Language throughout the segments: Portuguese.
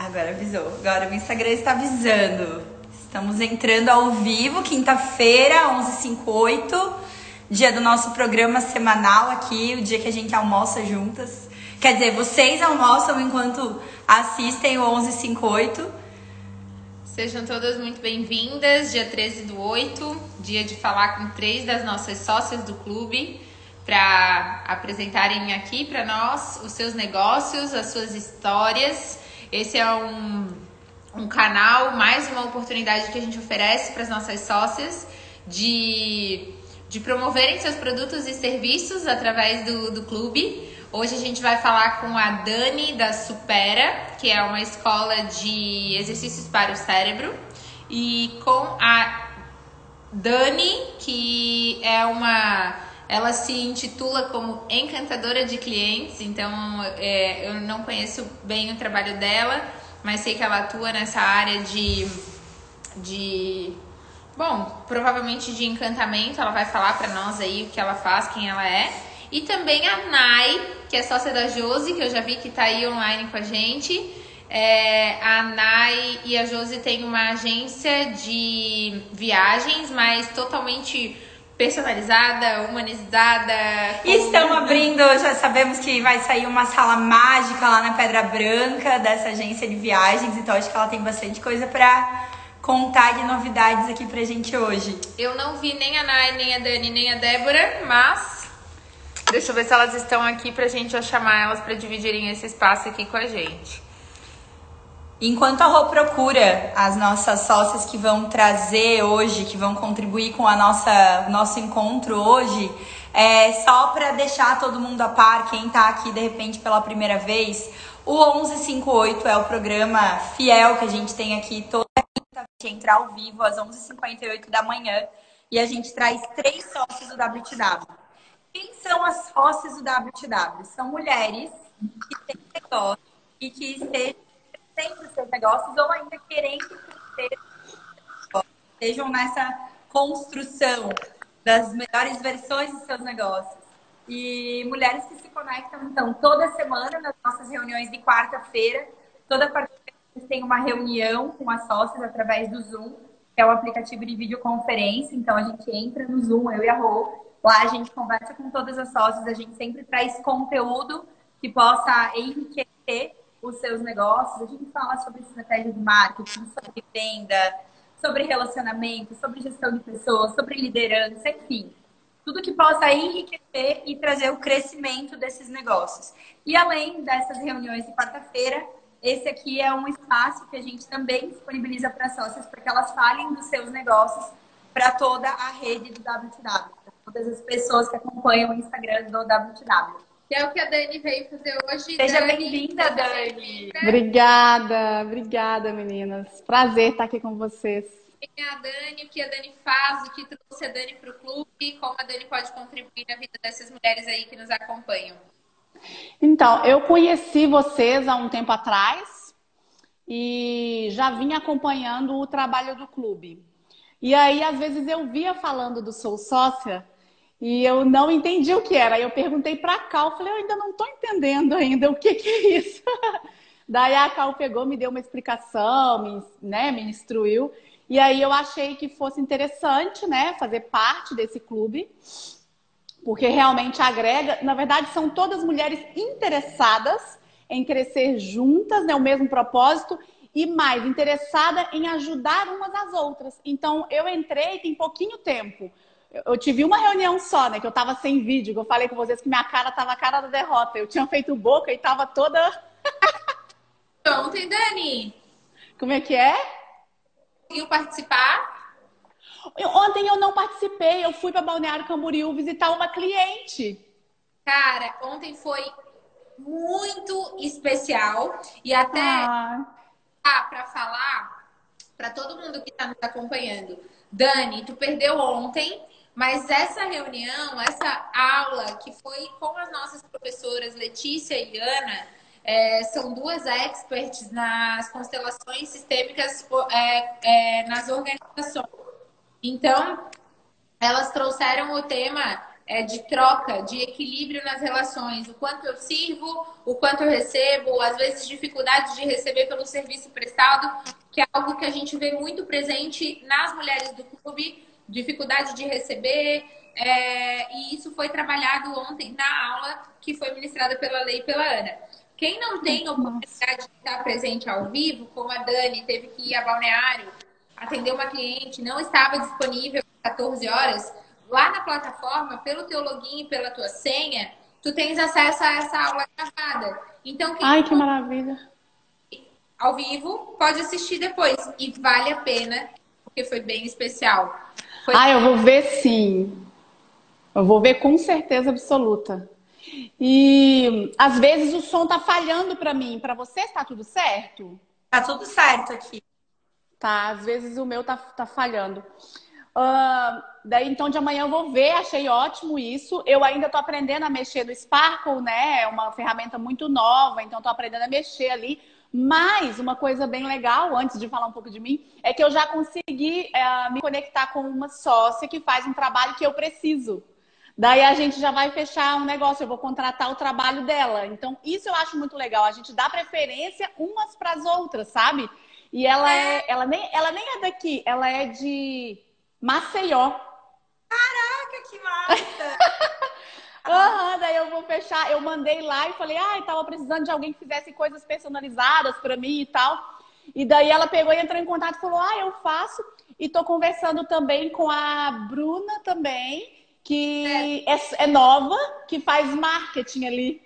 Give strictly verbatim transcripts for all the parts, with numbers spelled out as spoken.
Agora avisou. Agora o Instagram está avisando. Estamos entrando ao vivo, quinta-feira, onze e cinquenta e oito. Dia do nosso programa semanal aqui, o dia que a gente almoça juntas. Quer dizer, vocês almoçam enquanto assistem o onze e cinquenta e oito. Sejam todas muito bem-vindas. Dia treze do oito, dia de falar com três das nossas sócias do clube para apresentarem aqui para nós os seus negócios, as suas histórias. Esse é um, um canal, mais uma oportunidade que a gente oferece para as nossas sócias de, de promoverem seus produtos e serviços através do, do clube. Hoje a gente vai falar com a Dani da Supera, que é uma escola de exercícios para o cérebro, e com a Dani, que é uma... Ela se intitula como encantadora de clientes, então é, eu não conheço bem o trabalho dela, mas sei que ela atua nessa área de, de bom, provavelmente de encantamento. Ela vai falar para nós aí o que ela faz, quem ela é. E também a Nai, que é sócia da Josi, que eu já vi que tá aí online com a gente. É, a Nai e a Josi têm uma agência de viagens, mas totalmente personalizada, humanizada. Com... Estamos abrindo, já sabemos que vai sair uma sala mágica lá na Pedra Branca dessa agência de viagens, então acho que ela tem bastante coisa para contar de novidades aqui pra gente hoje. Eu não vi nem a Nai, nem a Dani, nem a Débora, mas deixa eu ver se elas estão aqui pra gente já chamar elas para dividirem esse espaço aqui com a gente. Enquanto a Rô procura as nossas sócias que vão trazer hoje, que vão contribuir com a nossa nosso encontro hoje, é só para deixar todo mundo a par, quem tá aqui de repente pela primeira vez, o onze e cinquenta e oito é o programa fiel que a gente tem aqui toda quinta, a gente entra ao vivo às onze e cinquenta e oito da manhã e a gente traz três sócios do W T W. Quem são as sócias do W T W? São mulheres que têm negócio e que estejam crescendo seus negócios ou ainda querendo crescer, estejam nessa construção das melhores versões dos seus negócios. E mulheres que se conectam, então, toda semana nas nossas reuniões de quarta-feira. Toda quarta-feira a gente tem uma reunião com as sócias através do Zoom, que é o aplicativo de videoconferência. Então, a gente entra no Zoom, eu e a Rô. Lá a gente conversa com todas as sócias, a gente sempre traz conteúdo que possa enriquecer os seus negócios. A gente fala sobre estratégia de marketing, sobre venda, sobre relacionamento, sobre gestão de pessoas, sobre liderança, enfim. Tudo que possa enriquecer e trazer o crescimento desses negócios. E além dessas reuniões de quarta-feira, esse aqui é um espaço que a gente também disponibiliza para as sócias, para que elas falem dos seus negócios para toda a rede do W T W, para todas as pessoas que acompanham o Instagram do W T W. Que é o que a Dani veio fazer hoje. Seja bem-vinda, Dani. Obrigada, obrigada, meninas. Prazer estar aqui com vocês. Quem é a Dani, o que a Dani faz, o que trouxe a Dani para o clube, como a Dani pode contribuir na vida dessas mulheres aí que nos acompanham. Então, eu conheci vocês há um tempo atrás e já vinha acompanhando o trabalho do clube. E aí, às vezes, eu via falando do Sou Sócia e eu não entendi o que era. Aí eu perguntei para a Cal, falei, eu ainda não estou entendendo ainda o que, que é isso. Daí a Cal pegou, me deu uma explicação, me, né, me instruiu. E aí eu achei que fosse interessante, né, fazer parte desse clube, porque realmente agrega. Na verdade, são todas mulheres interessadas em crescer juntas, né, o mesmo propósito, e mais, interessada em ajudar umas às outras. Então, eu entrei tem pouquinho tempo. Eu tive uma reunião só, né? Que eu tava sem vídeo, que eu falei com vocês que minha cara tava a cara da derrota. Eu tinha feito boca e tava toda... Ontem, Dani. Como é que é? Conseguiu participar? Eu, ontem eu não participei. Eu fui para Balneário Camboriú visitar uma cliente. Cara, ontem foi muito especial. E até ah. para falar para todo mundo que tá nos acompanhando. Dani, tu perdeu ontem... Mas essa reunião, essa aula que foi com as nossas professoras Letícia e Ana, é, são duas experts nas constelações sistêmicas é, é, nas organizações. Então, elas trouxeram o tema é, de troca, de equilíbrio nas relações. O quanto eu sirvo, o quanto eu recebo, às vezes dificuldade de receber pelo serviço prestado, que é algo que a gente vê muito presente nas mulheres do clube, dificuldade de receber. É, e isso foi trabalhado ontem na aula que foi ministrada pela Lei e pela Ana. Quem não tem oportunidade de estar presente ao vivo, como a Dani teve que ir a Balneário, atender uma cliente, não estava disponível às quatorze horas, lá na plataforma, pelo teu login e pela tua senha, tu tens acesso a essa aula gravada. Então, quem Ai, que maravilha! ao vivo pode assistir depois. E vale a pena, porque foi bem especial. Foi... Ah, eu vou ver sim. Eu vou ver com certeza absoluta. E às vezes o som tá falhando para mim. Para você está tudo certo? Tá tudo certo aqui. Tá, às vezes o meu tá, tá falhando. Uh, daí então de amanhã eu vou ver, achei ótimo isso. Eu ainda tô aprendendo a mexer no Sparkle, né? É uma ferramenta muito nova, então tô aprendendo a mexer ali. Mas uma coisa bem legal, antes de falar um pouco de mim, é que eu já consegui uh, me conectar com uma sócia que faz um trabalho que eu preciso. Daí a gente já vai fechar um negócio, eu vou contratar o trabalho dela. Então, isso eu acho muito legal. A gente dá preferência umas para as outras, sabe? E ela é, ela nem, ela nem é daqui, ela é de Maceió. Caraca, que massa! Uhum, daí eu vou fechar. Eu mandei lá e falei, ai, ah, tava precisando de alguém que fizesse coisas personalizadas para mim e tal. E daí ela pegou e entrou em contato e falou, ah, eu faço. E tô conversando também com a Bruna também, que é. é nova, que faz marketing ali.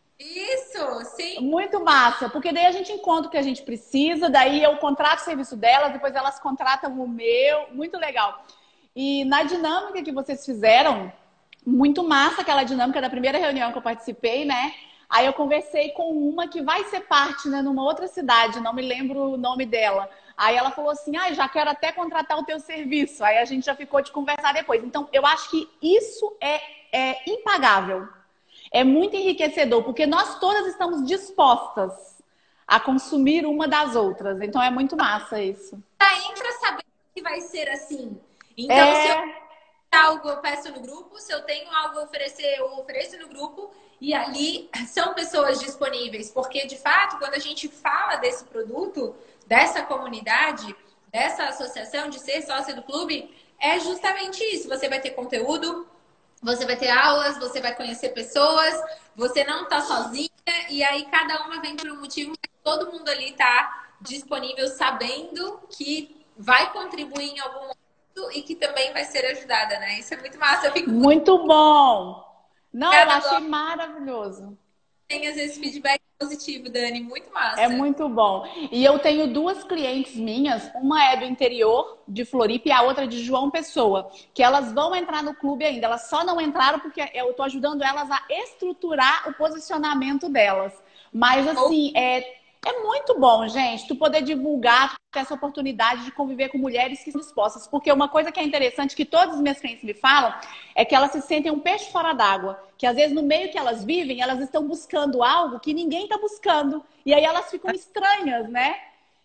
Isso, sim. Muito massa, porque daí a gente encontra o que a gente precisa, daí eu contrato o serviço delas, depois elas contratam o meu, muito legal. E na dinâmica que vocês fizeram, muito massa aquela dinâmica da primeira reunião que eu participei, né? Aí eu conversei com uma que vai ser parte, né, numa outra cidade, não me lembro o nome dela. Aí ela falou assim, ah, já quero até contratar o teu serviço. Aí a gente já ficou de conversar depois. Então, eu acho que isso é, é impagável. É muito enriquecedor, porque nós todas estamos dispostas a consumir uma das outras. Então, é muito massa isso. Já entra sabendo que vai ser assim. Então, é... se eu tenho algo, eu peço no grupo. Se eu tenho algo a oferecer, eu ofereço no grupo. E ali são pessoas disponíveis. Porque, de fato, quando a gente fala desse produto, dessa comunidade, dessa associação, de ser sócia do clube, é justamente isso. Você vai ter conteúdo, você vai ter aulas, você vai conhecer pessoas, você não tá sozinha, e aí cada uma vem por um motivo, mas todo mundo ali tá disponível, sabendo que vai contribuir em algum momento e que também vai ser ajudada, né? Isso é muito massa. Eu fico muito, muito bom! Não, cada eu achei bloco maravilhoso. Tem esse feedback positivo, Dani, muito massa. É muito bom. E eu tenho duas clientes minhas, uma é do interior de Floripa e a outra de João Pessoa, que elas vão entrar no clube ainda. Elas só não entraram porque eu tô ajudando elas a estruturar o posicionamento delas. Mas assim, é, é muito bom, gente, tu poder divulgar, ter essa oportunidade de conviver com mulheres que são dispostas. Porque uma coisa que é interessante, que todas as minhas clientes me falam, é que elas se sentem um peixe fora d'água. Que às vezes no meio que elas vivem, elas estão buscando algo que ninguém está buscando. E aí elas ficam estranhas, né?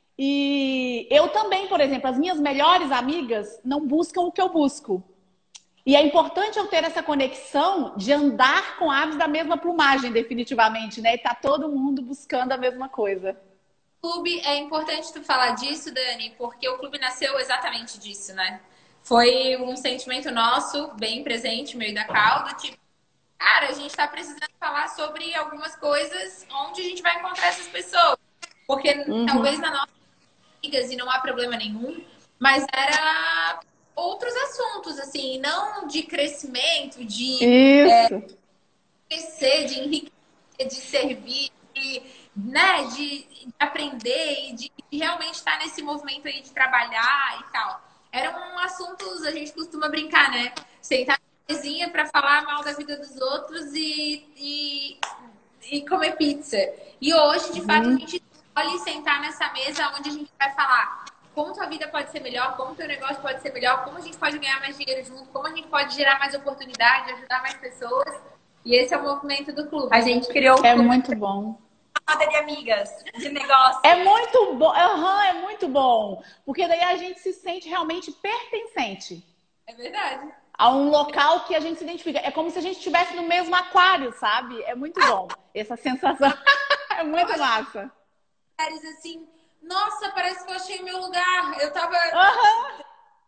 E eu também, por exemplo, as minhas melhores amigas não buscam o que eu busco. E é importante eu ter essa conexão de andar com aves da mesma plumagem, definitivamente, né? E tá todo mundo buscando a mesma coisa. O clube, é importante tu falar disso, Dani, porque o clube nasceu exatamente disso, né? Foi um sentimento nosso, bem presente, meio da caldo, tipo, cara, a gente tá precisando falar sobre algumas coisas onde a gente vai encontrar essas pessoas. Porque uhum. talvez na nossa amigas, e não há problema nenhum, mas era outros assuntos, assim, não de crescimento, de é, crescer, de enriquecer, de servir, de, né, de, de aprender e de, de realmente estar nesse movimento aí de trabalhar e tal. Eram assuntos, a gente costuma brincar, né? Sentar na mesinha para falar mal da vida dos outros e, e, e comer pizza. E hoje, de uhum. fato, a gente escolhe sentar nessa mesa onde a gente vai falar como tua vida pode ser melhor, como teu negócio pode ser melhor, como a gente pode ganhar mais dinheiro junto, como a gente pode gerar mais oportunidade, ajudar mais pessoas. E esse é o movimento do clube. A gente criou É muito bom. Roda de amigas, de negócio. É muito bom, uhum, é muito bom. Porque daí a gente se sente realmente pertencente. É verdade. a um local que a gente se identifica. É como se a gente estivesse no mesmo aquário, sabe? É muito bom essa sensação. É muito massa. Assim, nossa, parece que eu achei meu lugar. Eu tava... Uhum.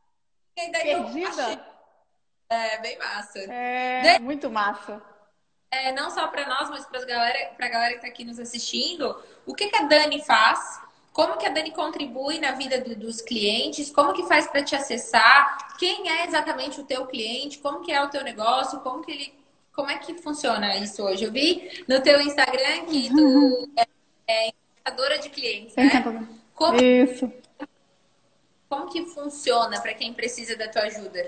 E daí Perdida? Eu achei... É, bem massa. É, de... muito massa. É, não só para nós, mas para a galera, pra galera que está aqui nos assistindo, o que, que a Dani faz? Como que a Dani contribui na vida do, dos clientes? Como que faz para te acessar? Quem é exatamente o teu cliente? Como que é o teu negócio? Como que ele, como é que funciona isso hoje? Eu vi no teu Instagram que tu é, é encantadora de clientes, né? Como, isso. Como que funciona para quem precisa da tua ajuda?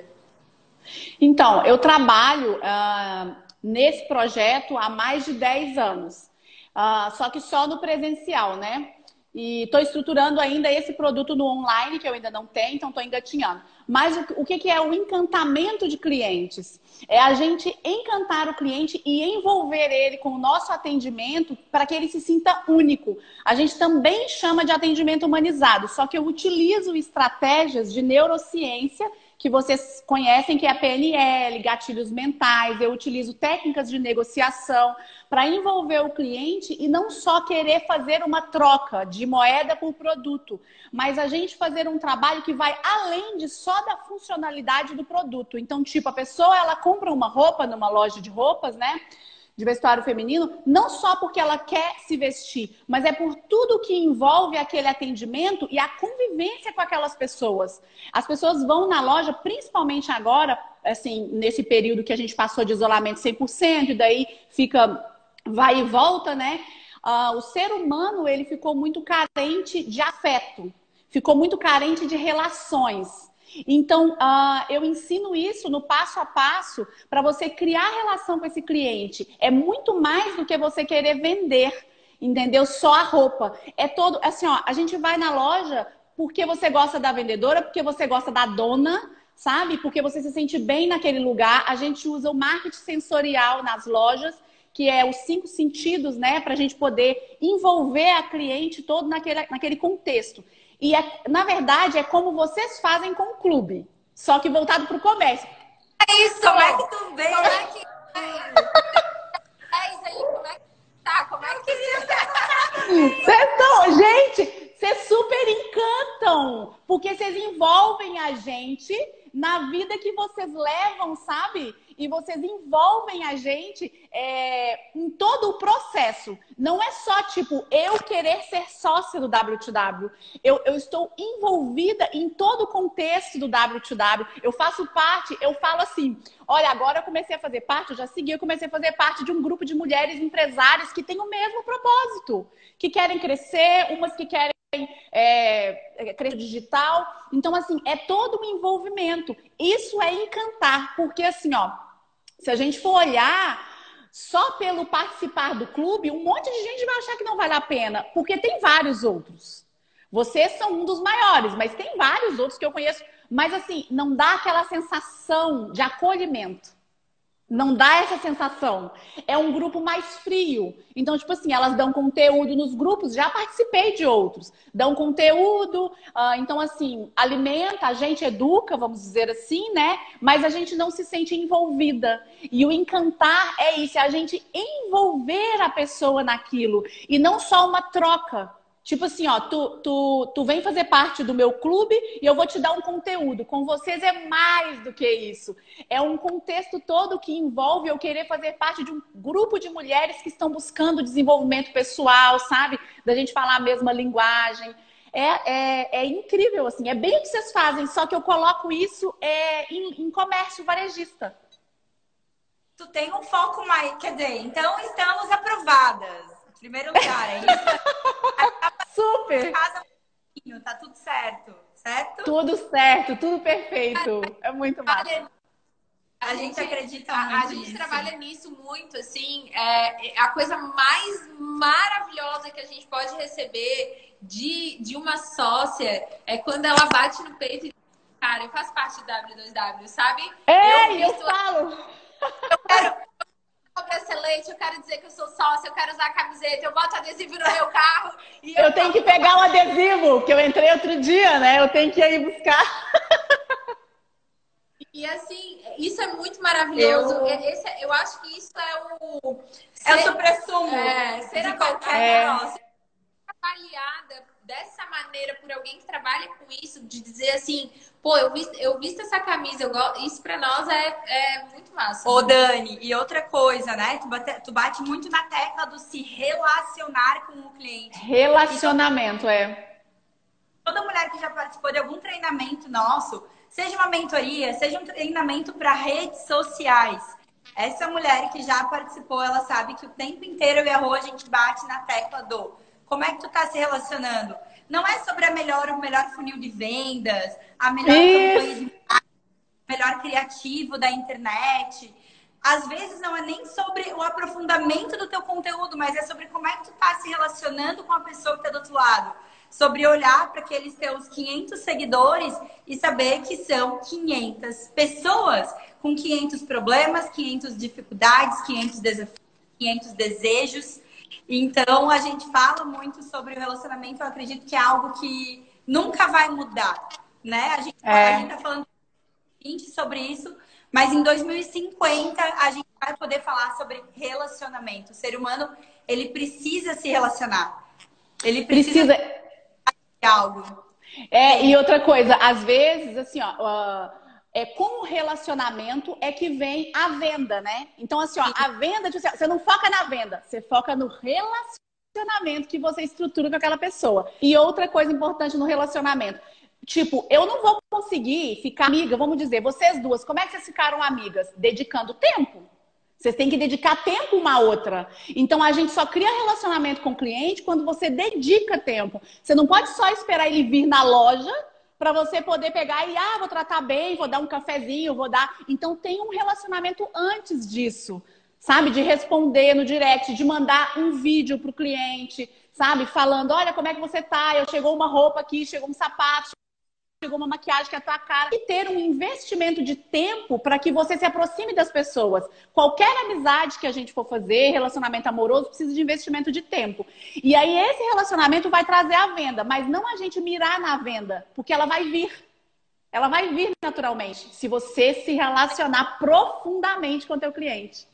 Então, eu trabalho uh, nesse projeto há mais de dez anos. Uh, só que só no presencial, né? E estou estruturando ainda esse produto no online, que eu ainda não tenho, então estou engatinhando. Mas o, o que, que é o encantamento de clientes? É a gente encantar o cliente e envolver ele com o nosso atendimento para que ele se sinta único. A gente também chama de atendimento humanizado, só que eu utilizo estratégias de neurociência que vocês conhecem, que é a P N L, gatilhos mentais. Eu utilizo técnicas de negociação para envolver o cliente e não só querer fazer uma troca de moeda por produto, mas a gente fazer um trabalho que vai além de só da funcionalidade do produto. Então, tipo, a pessoa, ela compra uma roupa numa loja de roupas, né? De vestuário feminino, não só porque ela quer se vestir, mas é por tudo que envolve aquele atendimento e a convivência com aquelas pessoas. As pessoas vão na loja, principalmente agora, assim, nesse período que a gente passou de isolamento cem por cento, e daí fica, vai e volta, né? Uh, o ser humano, ele ficou muito carente de afeto, ficou muito carente de relações. Então, uh, eu ensino isso no passo a passo para você criar relação com esse cliente. É muito mais do que você querer vender, entendeu? Só a roupa. É todo, assim, ó, a gente vai na loja porque você gosta da vendedora, porque você gosta da dona, sabe? Porque você se sente bem naquele lugar. A gente usa o marketing sensorial nas lojas, que é os cinco sentidos, né? Para a gente poder envolver a cliente todo naquele, naquele contexto. E, é, na verdade, é como vocês fazem com o clube, só que voltado para o comércio. É isso! Como é que tu vê? Como é que... É isso aí, como é que tá? Como é que... Vocês tão... Gente, vocês super encantam, porque vocês envolvem a gente na vida que vocês levam, sabe? E vocês envolvem a gente é, em todo o processo. Não é só, tipo, eu querer ser sócia do W dois W. Eu, eu estou envolvida em todo o contexto do W dois W. Eu faço parte, eu falo assim, olha, agora eu comecei a fazer parte, eu já segui, eu comecei a fazer parte de um grupo de mulheres empresárias que têm o mesmo propósito. Que querem crescer, umas que querem É, crescimento digital. Então, assim, é todo um envolvimento. Isso é encantar, porque assim, ó, se a gente for olhar só pelo participar do clube, um monte de gente vai achar que não vale a pena, porque tem vários outros. Vocês são um dos maiores, mas tem vários outros que eu conheço. Mas assim, não dá aquela sensação de acolhimento. Não dá essa sensação. É um grupo mais frio. Então, tipo assim, elas dão conteúdo nos grupos. Já participei de outros. Dão conteúdo. Uh, então, assim, alimenta, a gente educa, vamos dizer assim, né? Mas a gente não se sente envolvida. E o encantar é isso. É a gente envolver a pessoa naquilo. E não só uma troca. Tipo assim, ó, tu, tu, tu vem fazer parte do meu clube e eu vou te dar um conteúdo. Com vocês é mais do que isso. É um contexto todo que envolve eu querer fazer parte de um grupo de mulheres que estão buscando desenvolvimento pessoal, sabe? Da gente falar a mesma linguagem. É, é, é incrível, assim. É bem o que vocês fazem, só que eu coloco isso é, em, em comércio varejista. Tu tem um foco mais... Quer dizer, então estamos aprovadas. Em primeiro lugar, é isso? Super! Tá tudo certo, certo? Tudo certo, tudo perfeito. É muito massa. A, a gente acredita muito A, a gente nisso. Trabalha nisso muito, assim. É, a coisa mais maravilhosa que a gente pode receber de, de uma sócia é quando ela bate no peito e diz, cara, eu faço parte do W dois W, sabe? É, eu, eu falo! Eu quero... bracelete, eu quero dizer que eu sou sócia, eu quero usar a camiseta, eu boto adesivo no meu carro. E eu, eu tenho que pegar o adesivo, que eu entrei outro dia, né? Eu tenho que ir buscar. E assim, isso é muito maravilhoso. Eu, Esse, eu acho que isso é o... é o Ser, supra-sumo é, ser de a- qualquer É, negócio. avaliada dessa maneira por alguém que trabalha com isso, de dizer assim, pô, eu visto, eu visto essa camisa, eu gosto, isso pra nós é, é muito massa. Ô, Dani, e outra coisa, né? Tu bate, tu bate muito na tecla do se relacionar com o cliente. relacionamento, é. Toda mulher que já participou de algum treinamento nosso, seja uma mentoria, seja um treinamento para redes sociais. Essa mulher que já participou, ela sabe que o tempo inteiro eu e a Rô, a gente bate na tecla do como é que tu tá se relacionando. Não é sobre a melhor, o melhor funil de vendas, a melhor campanha Isso. de melhor criativo da internet. Às vezes não é nem sobre o aprofundamento do teu conteúdo, mas é sobre como é que tu tá se relacionando com a pessoa que tá do outro lado. Sobre olhar para aqueles teus quinhentos seguidores e saber que são quinhentas pessoas com quinhentos problemas, quinhentas dificuldades, quinhentos desafios, quinhentos desejos. Então, a gente fala muito sobre o relacionamento. Eu acredito que é algo que nunca vai mudar, né? A gente, a gente É. tá falando sobre isso, mas em dois mil e cinquenta a gente vai poder falar sobre relacionamento. O ser humano, ele precisa se relacionar. Ele precisa Precisa. de algo. É, e outra coisa, às vezes, assim, ó, uh, é com o relacionamento é que vem a venda, né? Então, assim, ó, a venda, tipo assim, você não foca na venda, você foca no relacionamento que você estrutura com aquela pessoa. E outra coisa importante no relacionamento, tipo, eu não vou conseguir ficar amiga, vamos dizer, vocês duas, como é que vocês ficaram amigas? Dedicando tempo. Vocês têm que dedicar tempo uma à outra. Então, a gente só cria relacionamento com o cliente quando você dedica tempo. Você não pode só esperar ele vir na loja para você poder pegar e, ah, vou tratar bem, vou dar um cafezinho, vou dar... Então, tem um relacionamento antes disso, sabe? De responder no direct, de mandar um vídeo pro cliente, sabe? Falando, olha, como é que você tá? Eu chegou uma roupa aqui, chegou um sapato, chegou uma maquiagem que é a tua cara. E ter um investimento de tempo para que você se aproxime das pessoas. Qualquer amizade que a gente for fazer, relacionamento amoroso, precisa de investimento de tempo. E aí esse relacionamento vai trazer a venda, mas não a gente mirar na venda, porque ela vai vir. Ela vai vir naturalmente, se você se relacionar profundamente com o teu cliente.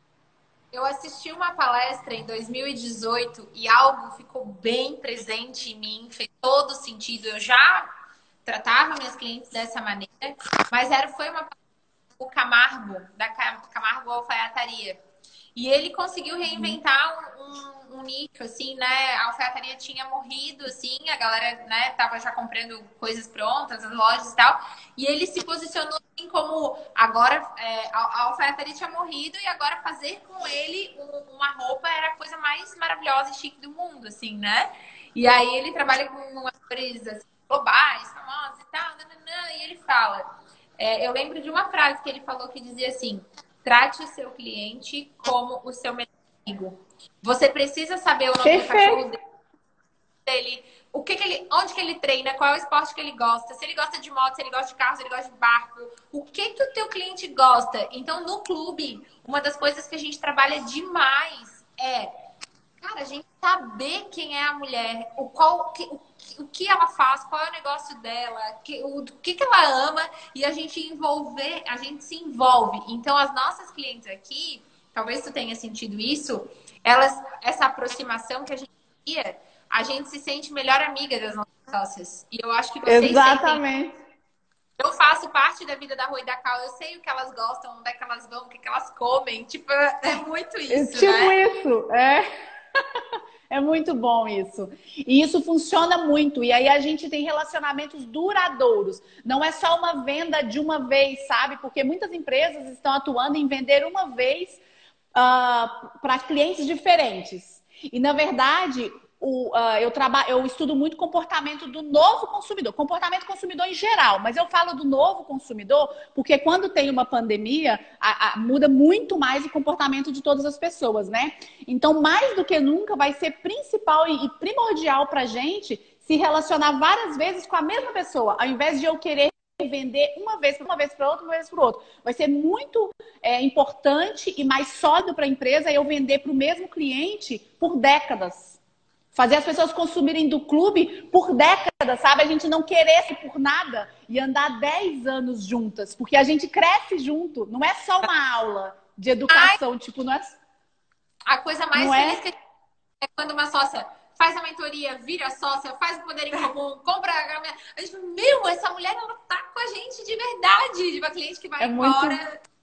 Eu assisti uma palestra em dois mil e dezoito e algo ficou bem presente em mim, fez todo sentido. Eu já tratava minhas clientes dessa maneira, mas era, foi uma o Camargo, da Camargo Alfaiataria. E ele conseguiu reinventar um, um, um nicho, assim, né? A alfaiataria tinha morrido, assim, a galera, né, tava já comprando coisas prontas, as lojas e tal. E ele se posicionou assim como agora é, a, a alfaiataria tinha morrido e agora fazer com ele um, uma roupa era a coisa mais maravilhosa e chique do mundo, assim, né? E aí ele trabalha com umas cores assim, globais, famosas e tal, nananã, e ele fala... É, eu lembro de uma frase que ele falou que dizia assim: trate o seu cliente como o seu melhor amigo. Você precisa saber o nome Perfeito. do cachorro dele, o que, que ele, onde que ele treina, qual é o esporte que ele gosta, se ele gosta de moto, se ele gosta de carro, se ele gosta de barco, o que que o teu cliente gosta. Então, no clube, uma das coisas que a gente trabalha demais é, cara, a gente saber quem é a mulher, o qual, o, o que ela faz, qual é o negócio dela, que, o, o que, que ela ama e a gente envolver, a gente se envolve. Então, as nossas clientes aqui, talvez tu tenha sentido isso, elas, essa aproximação que a gente cria, a gente se sente melhor amiga das nossas sócias. E eu acho que vocês Exatamente. sentem. Eu faço parte da vida da Rô e da Cal, eu sei o que elas gostam, onde é que elas vão, o que, que elas comem. Tipo, é muito isso, tipo né? isso, é. É muito bom isso. E isso funciona muito. E aí a gente tem relacionamentos duradouros. Não é só uma venda de uma vez, sabe? Porque muitas empresas estão atuando em vender uma vez uh, para clientes diferentes. E, na verdade, o, uh, eu, traba... eu estudo muito comportamento do novo consumidor. Comportamento consumidor em geral. Mas eu falo do novo consumidor porque quando tem uma pandemia, a, a, muda muito mais o comportamento de todas as pessoas, né? Então, mais do que nunca, vai ser principal e, e primordial para a gente se relacionar várias vezes com a mesma pessoa. Ao invés de eu querer vender uma vez para uma vez para outra, uma vez para outra. Vai ser muito é, importante e mais sólido para a empresa eu vender para o mesmo cliente por décadas. Fazer as pessoas consumirem do clube por décadas, sabe? A gente não querer por nada e andar dez anos juntas. Porque a gente cresce junto. Não é só uma aula de educação. Ai, tipo, não é... A coisa mais não feliz é... que é quando uma sócia faz a mentoria, vira sócia, faz o poder em comum, compra a... a gente fala, meu, essa mulher, ela tá com a gente de verdade. De uma cliente que vai é embora... Muito...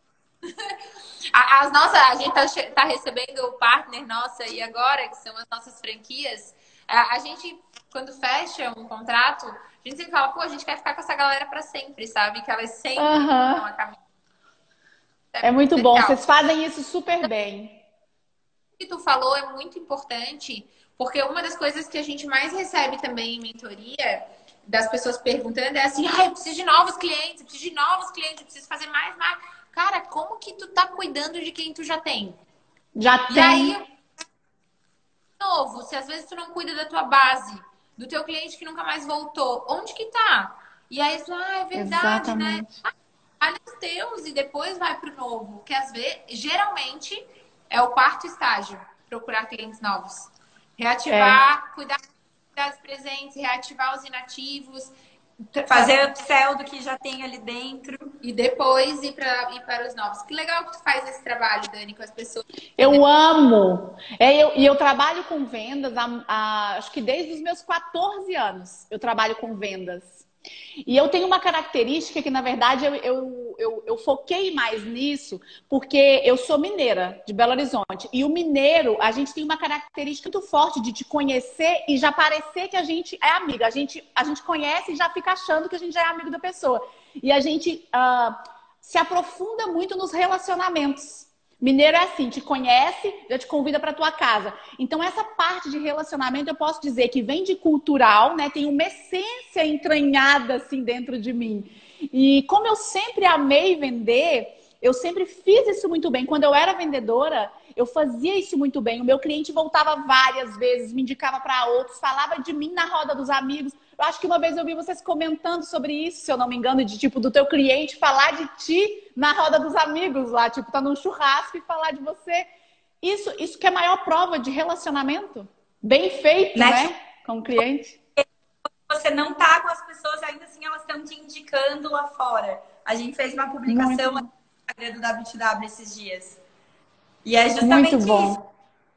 As nossas, a gente tá, tá recebendo o partner nossa e agora, que são as nossas franquias, a, a gente, quando fecha um contrato, a gente sempre fala, pô, a gente quer ficar com essa galera pra sempre, sabe? Que elas sempre uhum. vão a caminho. É, é muito legal. Bom, vocês fazem isso super bem. O que tu falou é muito importante, porque uma das coisas que a gente mais recebe também em mentoria, das pessoas perguntando, é assim, ah, eu preciso de novos clientes, eu preciso de novos clientes, eu preciso fazer mais, mais... Cara, como que tu tá cuidando de quem tu já tem? Já e tem. Aí, novo, se às vezes tu não cuida da tua base, do teu cliente que nunca mais voltou, onde que tá? E aí tu, ah, é verdade, Exatamente. né? Olha os teus e depois vai pro novo. Que às vezes, geralmente, é o quarto estágio, procurar clientes novos. Reativar, é. cuidar das presentes, reativar os inativos. Fazer upsell do que já tem ali dentro. E depois ir para ir para os novos. Que legal que tu faz esse trabalho, Dani, com as pessoas. Eu amo! É, eu, e eu trabalho com vendas, há, há, acho que desde os meus quatorze anos eu trabalho com vendas. E eu tenho uma característica que, na verdade, eu, eu, eu, eu foquei mais nisso porque eu sou mineira, de Belo Horizonte. E o mineiro, a gente tem uma característica muito forte de te conhecer e já parecer que a gente é amiga. A gente, a gente conhece e já fica achando que a gente já é amigo da pessoa. E a gente uh, se aprofunda muito nos relacionamentos. Mineiro é assim, te conhece, já te convida para tua casa. Então, essa parte de relacionamento, eu posso dizer que vem de cultural, né? Tem uma essência entranhada, assim, dentro de mim. E como eu sempre amei vender, eu sempre fiz isso muito bem. Quando eu era vendedora, eu fazia isso muito bem. O meu cliente voltava várias vezes, me indicava para outros, falava de mim na roda dos amigos. Eu acho que uma vez eu vi vocês comentando sobre isso, se eu não me engano, de tipo, do teu cliente falar de ti na roda dos amigos lá, tipo, tá num churrasco e falar de você. Isso, isso que é a maior prova de relacionamento. Bem feito, né? né? Com o cliente. Você não tá com as pessoas, ainda assim elas estão te indicando lá fora. A gente fez uma publicação no Instagram do W T W esses dias. E é justamente muito bom. isso.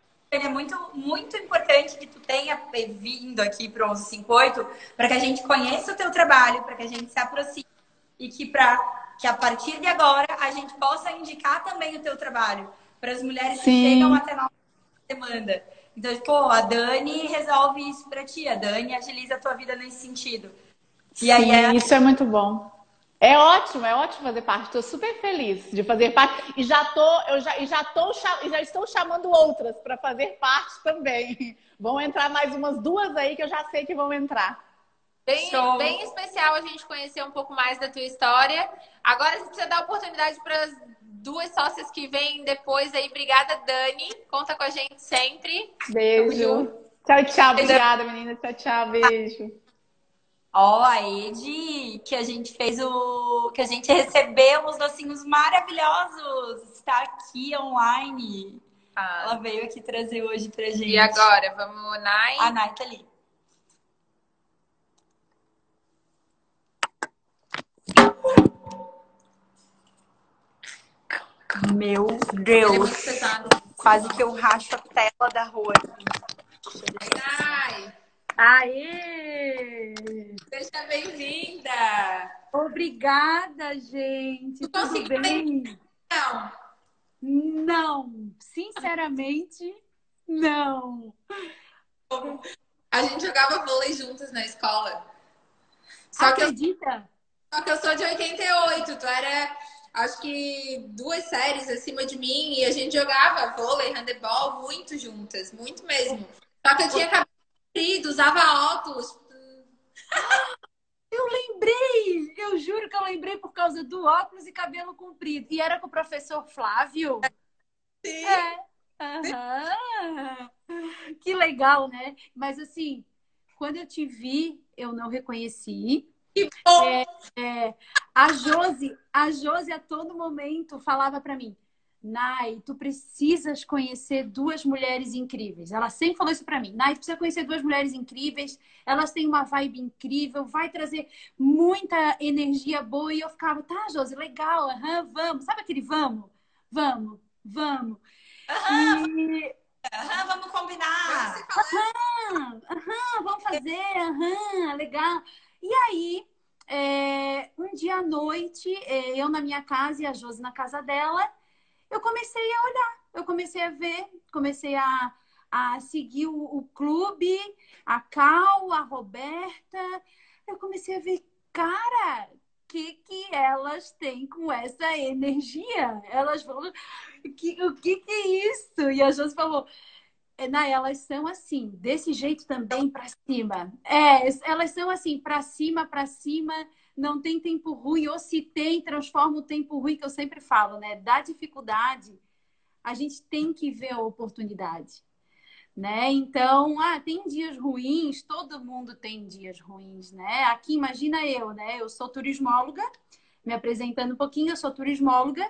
É muito, muito importante que tu tenha vindo aqui para o onze cinquenta e oito para que a gente conheça o teu trabalho, para que a gente se aproxime e que, pra, que a partir de agora a gente possa indicar também o teu trabalho para as mulheres Sim. que chegam até nossa demanda. Então, pô, a Dani resolve isso para ti, a Dani agiliza a tua vida nesse sentido. E Sim, aí é... isso é muito bom. É ótimo, é ótimo fazer parte. Estou super feliz de fazer parte e já tô, eu já, e já tô, já estou chamando outras para fazer parte também. Vão entrar mais umas duas aí que eu já sei que vão entrar. Bem, bem especial a gente conhecer um pouco mais da tua história. Agora a gente precisa dar oportunidade para as duas sócias que vêm depois aí. Obrigada, Dani. Conta com a gente sempre. Beijo. Tchau, tchau. Obrigada, menina. Tchau, tchau. Beijo. Ó, oh, a Edi, que a gente fez o... que a gente recebeu os docinhos maravilhosos. Está aqui online. Ah. Ela veio aqui trazer hoje pra gente. E agora? Vamos, Nai? A Nai tá ali. Meu Deus. Quase que eu racho a tela da rua. Nai! Aê! Seja bem-vinda! Obrigada, gente! Tu Tudo bem? Não! Não! Sinceramente, não! A gente jogava vôlei juntas na escola. Só Acredita? Que eu, só que eu sou de oitenta e oito, tu era, acho que, duas séries acima de mim e a gente jogava vôlei, handebol muito juntas, muito mesmo. Só que eu tinha cabelo comprido, usava óculos. Eu lembrei! Eu juro que eu lembrei por causa do óculos e cabelo comprido. E era com o professor Flávio? Sim! É. Aham. Que legal, né? Mas assim, quando eu te vi, eu não reconheci. Que bom! É, é, a Josi, a Josi a todo momento falava pra mim: Nai, tu precisas conhecer duas mulheres incríveis. Ela sempre falou isso pra mim. Nai, tu precisa conhecer duas mulheres incríveis. Elas têm uma vibe incrível, vai trazer muita energia boa. E eu ficava, tá, Josi, legal, aham, vamos. Sabe aquele vamos? Vamos, vamos. Aham, E aham, vamos combinar. aham, aham, vamos fazer, aham, legal. E aí, é, um dia à noite, é, eu na minha casa e a Josi na casa dela, eu comecei a olhar, eu comecei a ver, comecei a, a seguir o, o clube, a Cal, a Roberta. Eu comecei a ver, cara, o que que elas têm com essa energia? Elas falam, o que, o que que é isso? E a Josi falou, é, Nai, elas são assim, desse jeito também pra cima. É, elas são assim, pra cima, pra cima, não tem tempo ruim, ou se tem, transforma o tempo ruim, que eu sempre falo, né? Da dificuldade, a gente tem que ver a oportunidade, né? Então, ah, tem dias ruins, todo mundo tem dias ruins, né? Aqui, imagina eu, né? Eu sou turismóloga, me apresentando um pouquinho, eu sou turismóloga,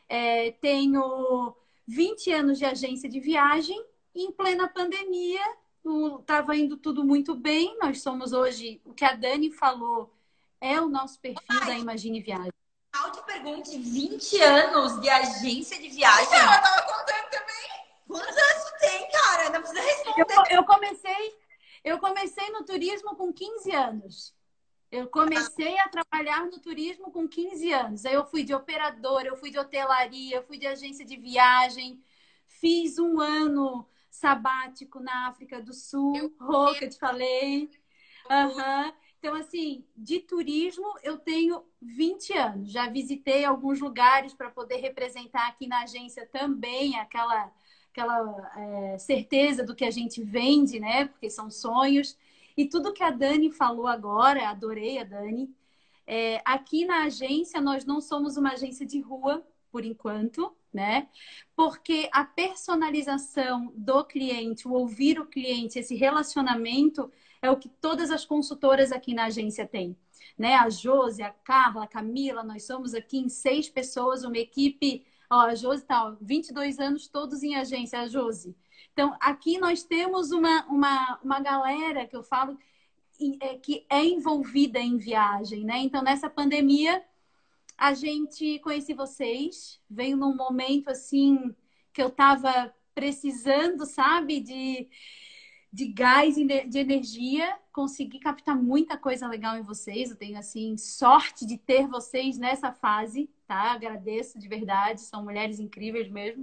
é, tenho vinte anos de agência de viagem, em plena pandemia, estava indo tudo muito bem. Nós somos hoje, o que a Dani falou, é o nosso perfil da Imagine Viagem. Mal te pergunte, vinte anos de agência de viagem. Então, eu tava contando também. Quantos anos tu tem, cara? Não precisa Eu, responder. eu comecei, eu comecei no turismo com quinze anos. Eu comecei a trabalhar no turismo com quinze anos. Aí eu fui de operadora, eu fui de hotelaria, eu fui de agência de viagem. Fiz um ano sabático na África do Sul, Rô, que eu te falei. Aham. Então, assim, de turismo eu tenho vinte anos. Já visitei alguns lugares para poder representar aqui na agência também aquela, aquela é, certeza do que a gente vende, né? Porque são sonhos. E tudo que a Dani falou agora, adorei a Dani. É, aqui na agência, nós não somos uma agência de rua, por enquanto, né? Porque a personalização do cliente, o ouvir o cliente, esse relacionamento é o que todas as consultoras aqui na agência têm, né? A Josi, a Carla, a Camila, nós somos aqui em seis pessoas, uma equipe. Ó, a Josi tá, ó, vinte e dois anos todos em agência, a Josi. Então, aqui nós temos uma, uma, uma galera que eu falo que é envolvida em viagem, né? Então, nessa pandemia, a gente conheci vocês, veio num momento assim que eu tava precisando, sabe, de, de gás, de energia, consegui captar muita coisa legal em vocês. Eu tenho assim sorte de ter vocês nessa fase, tá? Agradeço de verdade, são mulheres incríveis mesmo.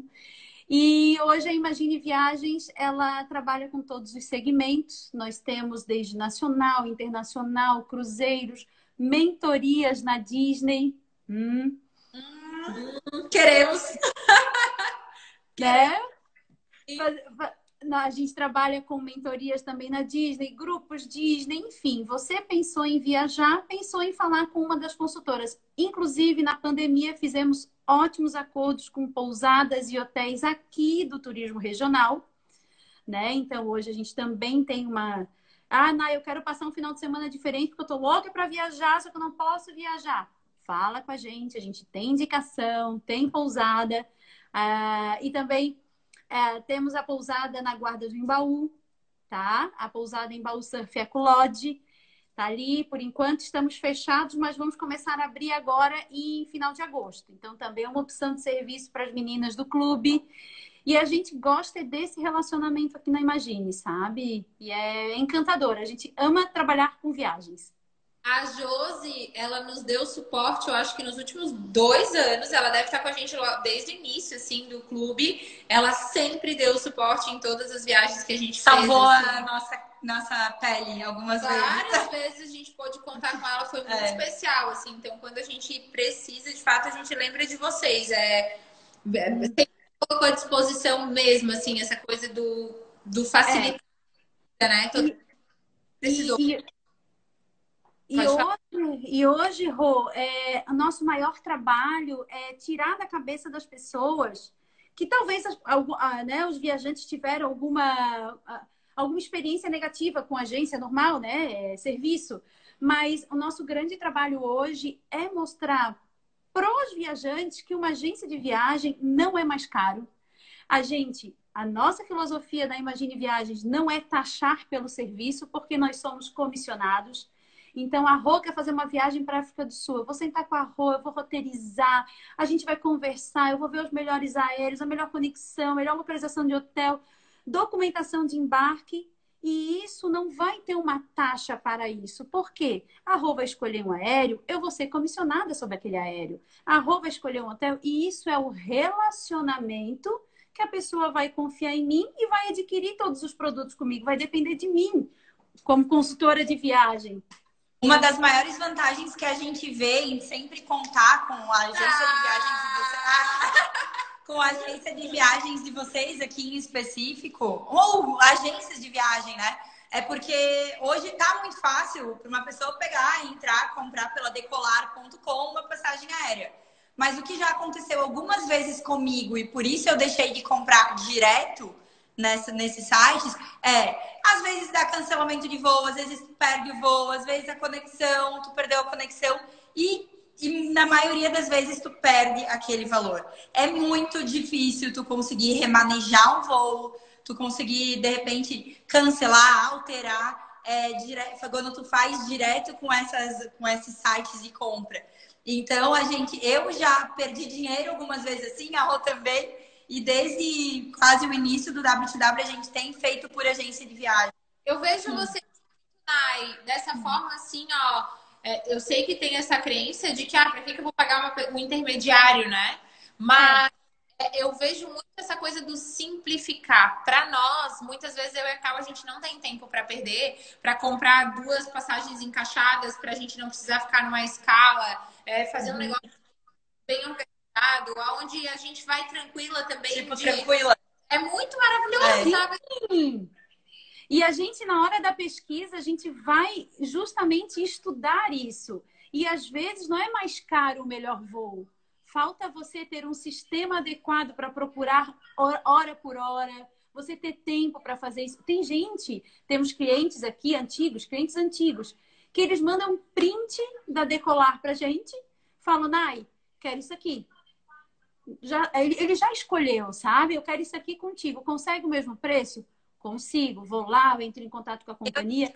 E hoje a Imagine Viagens, ela trabalha com todos os segmentos. Nós temos desde nacional, internacional, cruzeiros, mentorias na Disney. Hum, Hum, queremos. né? A gente trabalha com mentorias também na Disney, grupos Disney, enfim. Você pensou em viajar, pensou em falar com uma das consultoras. Inclusive, na pandemia, fizemos ótimos acordos com pousadas e hotéis aqui do turismo regional, né? Então, hoje a gente também tem uma... Ah, Nai, eu quero passar um final de semana diferente porque eu tô louca para viajar, só que eu não posso viajar. Fala com a gente, a gente tem indicação, tem pousada. Ah, e também é, temos a pousada na Guarda do Embaú, tá? A pousada em Embaú Surf Eco Lodge. Tá ali, por enquanto estamos fechados, mas vamos começar a abrir agora em final de agosto. Então, também é uma opção de serviço para as meninas do clube. E a gente gosta desse relacionamento aqui na Imagine, sabe? E é encantador. A gente ama trabalhar com viagens. A Josi, ela nos deu suporte, eu acho que nos últimos dois anos. Ela deve estar com a gente desde o início, assim, do clube. Ela sempre deu suporte em todas as viagens que a gente Salvou fez. Assim. a nossa, nossa pele algumas Várias vezes. vezes a gente pôde contar com ela, foi muito É. especial, assim. Então, quando a gente precisa, de fato, a gente lembra de vocês. É, tem um pouco à disposição mesmo, assim, essa coisa do, do facilitar, é. né? Todo precisou. E, e, e hoje, e hoje, Rô, é, o nosso maior trabalho é tirar da cabeça das pessoas que talvez algum, né, os viajantes tiveram alguma, alguma experiência negativa com agência normal, né? É, serviço. Mas o nosso grande trabalho hoje é mostrar pros viajantes que uma agência de viagem não é mais caro. A gente, a nossa filosofia da Imagine Viagens não é taxar pelo serviço, porque nós somos comissionados. Então, a Rô quer fazer uma viagem para a África do Sul. Eu vou sentar com a Rô, eu vou roteirizar, a gente vai conversar, eu vou ver os melhores aéreos, a melhor conexão, a melhor localização de hotel, documentação de embarque. E isso não vai ter uma taxa para isso. Por quê? A Rô vai escolher um aéreo, eu vou ser comissionada sobre aquele aéreo. A Rô vai escolher um hotel e isso é o relacionamento que a pessoa vai confiar em mim e vai adquirir todos os produtos comigo. Vai depender de mim, como consultora de viagem. Uma das maiores vantagens que a gente vê em sempre contar com a agência de viagens de vocês, ah, com a agência de viagens de vocês aqui em específico, ou agências de viagem, né? É porque hoje tá muito fácil para uma pessoa pegar, entrar, comprar pela decolar ponto com uma passagem aérea. Mas o que já aconteceu algumas vezes comigo, e por isso eu deixei de comprar direto nessa, nesses sites, é, às vezes dá cancelamento de voo, às vezes tu perde o voo, às vezes a conexão, tu perdeu a conexão e, e na maioria das vezes tu perde aquele valor. É muito difícil tu conseguir remanejar um voo, tu conseguir, de repente, cancelar, alterar, é, dire... quando tu faz direto com, essas, com esses sites de compra. Então, a gente, eu já perdi dinheiro algumas vezes assim, a Rô também. E desde quase o início do W dois W, a gente tem feito por agência de viagem. Eu vejo você, Nai, dessa forma assim, ó. É, eu sei que tem essa crença de que, ah, pra que que eu vou pagar uma, um intermediário, né? Mas é. eu vejo muito essa coisa do simplificar. Para nós, muitas vezes eu e a Cal, a gente não tem tempo para perder, para comprar duas passagens encaixadas, pra gente não precisar ficar numa escala, é, fazer um negócio bem organizado, onde a gente vai tranquila também. Tipo, de... tranquila. É muito maravilhoso, É. sabe? Sim. E a gente, na hora da pesquisa, a gente vai justamente estudar isso. E às vezes não é mais caro o melhor voo. Falta você ter um sistema adequado para procurar hora por hora, você ter tempo para fazer isso. Tem gente, temos clientes aqui antigos, clientes antigos, que eles mandam um print da Decolar para a gente, falam, Nai, quero isso aqui. Já, ele, ele já escolheu, sabe? Eu quero isso aqui contigo. Consegue o mesmo preço? Consigo. Vou lá, eu entro em contato com a companhia.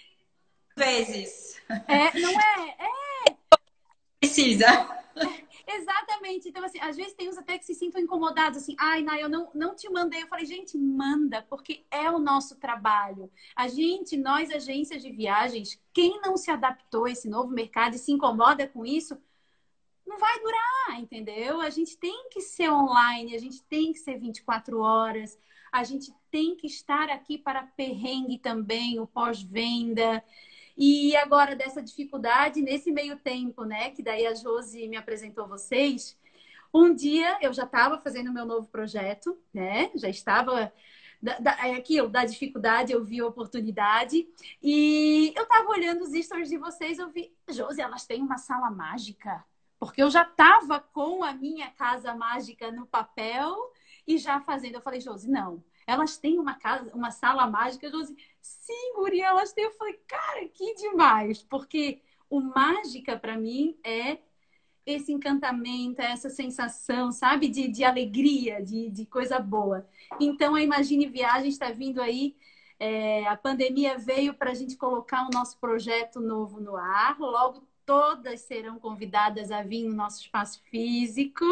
Vezes. É, não é? É. Precisa. É, exatamente. Então, assim, às vezes tem uns até que se sintam incomodados, assim, ai, Nai, eu não, não te mandei. Eu falei, gente, manda, porque é o nosso trabalho. A gente, nós, agências de viagens, quem não se adaptou a esse novo mercado e se incomoda com isso, não vai durar, entendeu? A gente tem que ser online, a gente tem que ser vinte e quatro horas, a gente tem que estar aqui para perrengue também, o pós-venda. E agora, dessa dificuldade, nesse meio tempo, né? Que daí a Josi me apresentou vocês. Um dia, eu já estava fazendo o meu novo projeto, né? Já estava... Da, da, aquilo, da dificuldade, eu vi a oportunidade. E eu estava olhando os stories de vocês, eu vi... Josi, elas têm uma sala mágica. Porque eu já estava com a minha casa mágica no papel e já fazendo. Eu falei, Josi, não. Elas têm uma casa, uma sala mágica. Josi, sim, guria, elas têm. Eu falei, cara, que demais. Porque o mágica, para mim, é esse encantamento, é essa sensação, sabe? De, de alegria, de, de coisa boa. Então, a Imagine Viagem está vindo aí. É, a pandemia veio para a gente colocar o nosso projeto novo no ar. Logo, todas serão convidadas a vir no nosso espaço físico.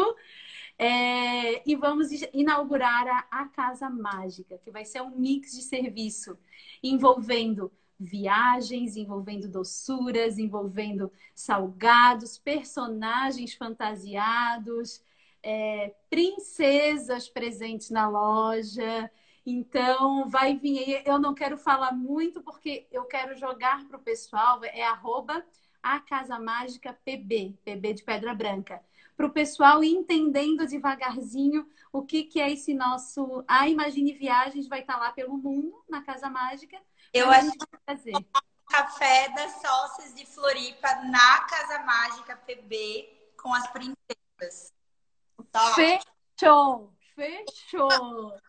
É, e vamos inaugurar a, a Casa Mágica, que vai ser um mix de serviço envolvendo viagens, envolvendo doçuras, envolvendo salgados, personagens fantasiados, é, princesas presentes na loja. Então, vai vir aí. Eu não quero falar muito, porque eu quero jogar para o pessoal, é arroba a Casa Mágica P B, P B de Pedra Branca, para o pessoal ir entendendo devagarzinho o que, que é esse nosso... A Imagine Viagens vai estar lá pelo mundo, na Casa Mágica. Eu acho que fazer café das sócias de Floripa na Casa Mágica P B com as princesas. Tá. Fechou! Fechou!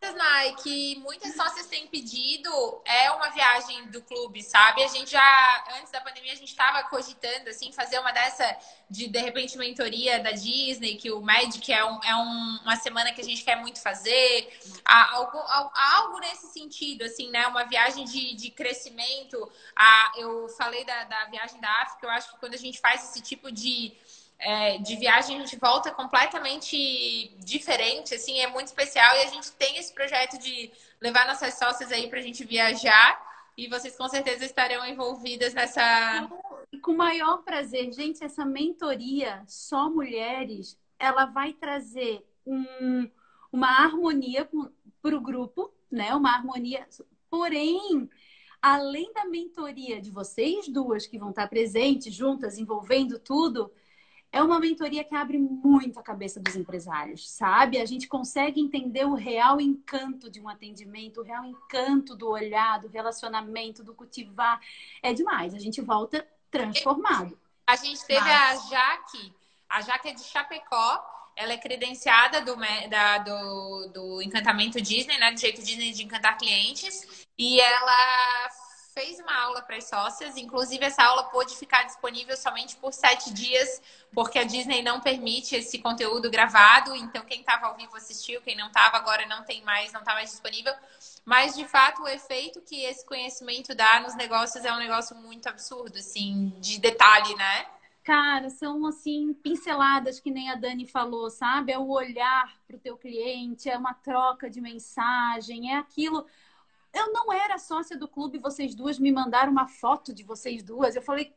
Nai, que muitas sócias têm pedido é uma viagem do clube, sabe? A gente já, antes da pandemia, a gente estava cogitando, assim, fazer uma dessa de, de repente, mentoria da Disney, que o Magic é, um, é um, uma semana que a gente quer muito fazer. Há algo, há algo nesse sentido, assim, né? Uma viagem de, de crescimento. Ah, eu falei da, da viagem da África, eu acho que quando a gente faz esse tipo de... É, de viagem, a gente volta completamente diferente, assim, é muito especial. E a gente tem esse projeto de levar nossas sócias aí pra gente viajar. E vocês com certeza estarão envolvidas nessa... E com o maior prazer. Gente, essa mentoria Só Mulheres, ela vai trazer um, uma harmonia para o grupo, né? Uma harmonia. Porém, além da mentoria de vocês duas que vão estar presentes, juntas, envolvendo tudo, é uma mentoria que abre muito a cabeça dos empresários, sabe? A gente consegue entender o real encanto de um atendimento, o real encanto do olhar, do relacionamento, do cultivar. É demais. A gente volta transformado. A gente teve a Jaque, a Jaque é de Chapecó, ela é credenciada do, da, do, do Encantamento Disney, né? Do jeito Disney de encantar clientes, e ela fez uma aula para as sócias, inclusive essa aula pôde ficar disponível somente por sete dias, porque a Disney não permite esse conteúdo gravado, então quem estava ao vivo assistiu, quem não estava agora não tem mais, não está mais disponível. Mas, de fato, o efeito que esse conhecimento dá nos negócios é um negócio muito absurdo, assim, de detalhe, né? Cara, são, assim, pinceladas que nem a Dani falou, sabe? É o olhar para o teu cliente, é uma troca de mensagem, é aquilo... Eu não era sócia do clube, vocês duas me mandaram uma foto de vocês duas. Eu falei,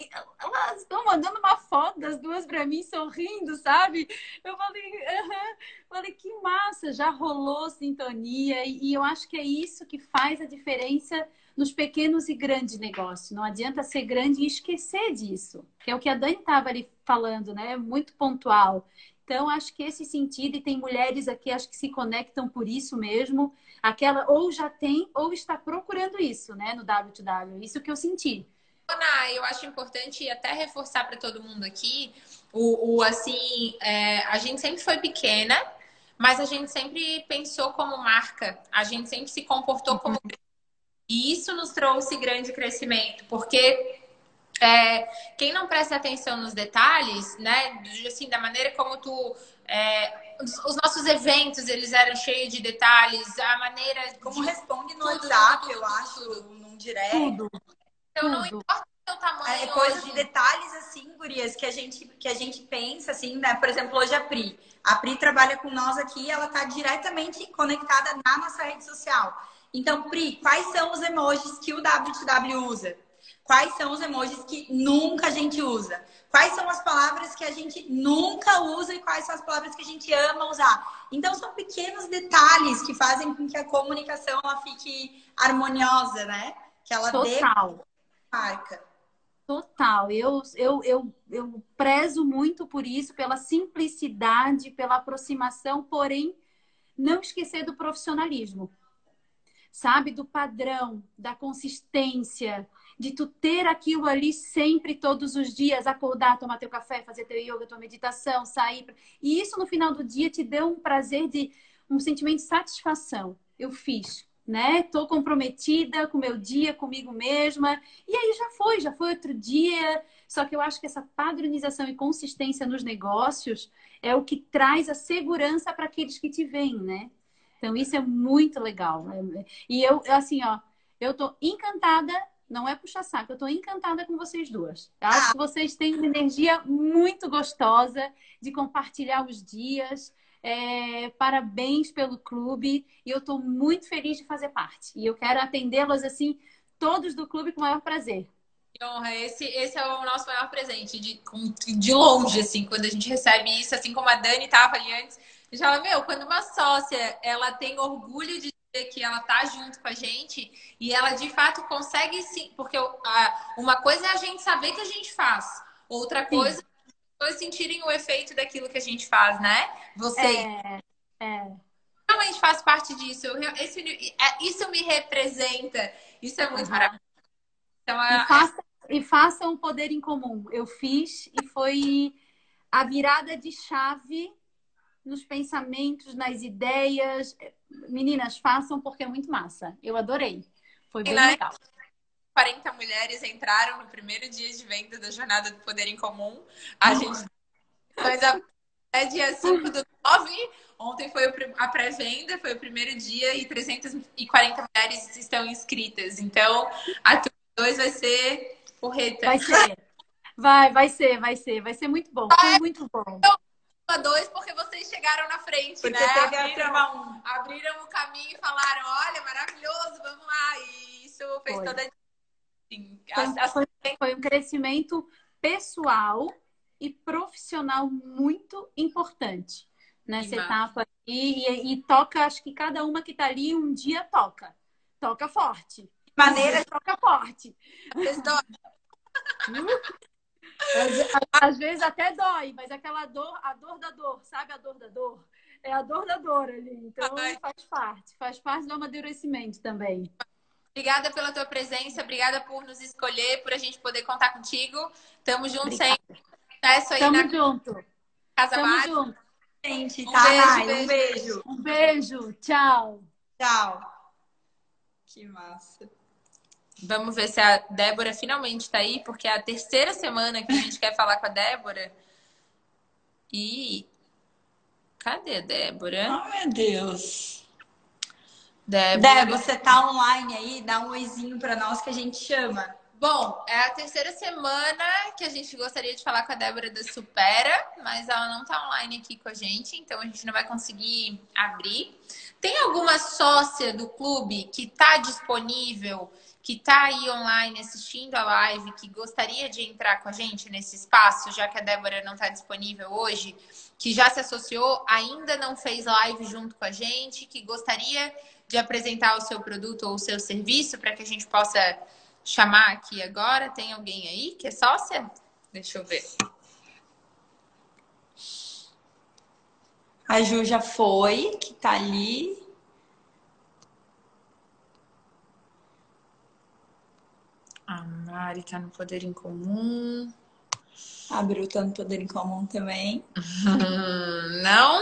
elas estão mandando uma foto das duas para mim sorrindo, sabe? Eu falei, uhum. Falei, que massa, já rolou sintonia. E eu acho que é isso que faz a diferença nos pequenos e grandes negócios. Não adianta ser grande e esquecer disso, que é o que a Dani estava ali falando, né? Muito pontual. Então, acho que esse sentido, e tem mulheres aqui, acho que se conectam por isso mesmo. Aquela ou já tem ou está procurando isso, né, no W dois W. Isso que eu senti. Ana, eu acho importante até reforçar para todo mundo aqui o, o assim, é, a gente sempre foi pequena, mas a gente sempre pensou como marca, a gente sempre se comportou como e isso nos trouxe grande crescimento, porque é, quem não presta atenção nos detalhes, né, assim, da maneira como tu é, os, os nossos eventos, eles eram cheios de detalhes, a maneira como de... responde no tudo, WhatsApp, tudo, eu tudo, acho, tudo. num direct. Tudo. Então, não Tudo. importa o seu tamanho. É coisas hoje. de detalhes assim, gurias, que a gente que a gente pensa assim, né? Por exemplo, hoje a Pri. A Pri trabalha com nós aqui, ela tá diretamente conectada na nossa rede social. Então, Pri, quais são os emojis que o W dois W usa? Quais são os emojis que nunca a gente usa? Quais são as palavras que a gente nunca usa e quais são as palavras que a gente ama usar? Então, são pequenos detalhes que fazem com que a comunicação ela fique harmoniosa, né? Que ela dê marca. Total. Eu, eu, eu, eu prezo muito por isso, pela simplicidade, pela aproximação, porém, não esquecer do profissionalismo. Sabe? Do padrão, da consistência, de tu ter aquilo ali sempre, todos os dias, acordar, tomar teu café, fazer teu yoga, tua meditação, sair. E isso no final do dia te deu um prazer de um sentimento de satisfação. Eu fiz, né? Tô comprometida com o meu dia, comigo mesma. E aí já foi, já foi outro dia. Só que eu acho que essa padronização e consistência nos negócios é o que traz a segurança para aqueles que te veem, né? Então, isso é muito legal. E eu, assim, ó, eu tô encantada, não é puxa-saco, eu tô encantada com vocês duas. Eu acho que vocês têm uma energia muito gostosa de compartilhar os dias. É, parabéns pelo clube. E eu tô muito feliz de fazer parte. E eu quero atendê-los, assim, todos do clube com o maior prazer. Que honra, esse, esse é o nosso maior presente, de, de longe, assim, quando a gente recebe isso, assim como a Dani tava ali antes. Já fala, meu, quando uma sócia, ela tem orgulho de dizer que ela tá junto com a gente e ela de fato consegue sim, porque a, uma coisa é a gente saber que a gente faz, outra coisa sim. é as pessoas sentirem o efeito daquilo que a gente faz, né? Você é, é. realmente faz parte disso. Eu, esse, isso me representa. Isso é muito uhum. maravilhoso. Então, a... e, faça, e façam o poder em comum. Eu fiz e foi a virada de chave nos pensamentos, nas ideias. Meninas, façam porque é muito massa. Eu adorei. Foi bem legal. quarenta mulheres entraram no primeiro dia de venda da Jornada do Poder em Comum. A gente... Mas até dia cinco do nove, ontem foi a pré-venda, foi o primeiro dia e trezentas e quarenta mulheres estão inscritas. Então, a turma dois vai ser porreta. Vai ser. Vai, vai ser, vai ser. Vai ser muito bom. Foi muito bom. A dois porque vocês chegaram na frente, porque né? Teve abriram, a um. abriram o caminho e falaram, olha, maravilhoso, vamos lá. E isso fez foi. toda a Sim, foi, foi, foi um crescimento pessoal e profissional muito importante nessa etapa. E, e, e toca, acho que cada uma que tá ali um dia toca. Toca forte. Maneira toca forte. Às, às vezes até dói, mas aquela dor, a dor da dor, sabe a dor da dor? É a dor da dor ali. Então faz parte, faz parte do amadurecimento também. Obrigada pela tua presença, obrigada por nos escolher, por a gente poder contar contigo. Tamo junto Obrigada. sempre. Sucesso aí Tamo na junto. Casa Tamo Mari. junto. Gente, Um tá? beijo, Ai, beijo, um beijo. Um beijo. Tchau. Tchau. Que massa. Vamos ver se a Débora finalmente tá aí, porque é a terceira semana que a gente quer falar com a Débora. E... Cadê a Débora? Oh, meu Deus. Débora. Débora, você tá online aí? Dá um oizinho pra nós que a gente chama. Bom, é a terceira semana que a gente gostaria de falar com a Débora da Supera, mas ela não tá online aqui com a gente, então a gente não vai conseguir abrir. Tem alguma sócia do clube que tá disponível, que tá aí online assistindo a live, que gostaria de entrar com a gente nesse espaço, já que a Débora não tá disponível hoje, que já se associou, ainda não fez live junto com a gente, que gostaria de apresentar o seu produto ou o seu serviço para que a gente possa chamar aqui agora? Tem alguém aí que é sócia? Deixa eu ver. A Ju já foi, que tá ali. A Mari tá no Poder em Comum. A Bru tá no Poder em Comum também. Hum, não?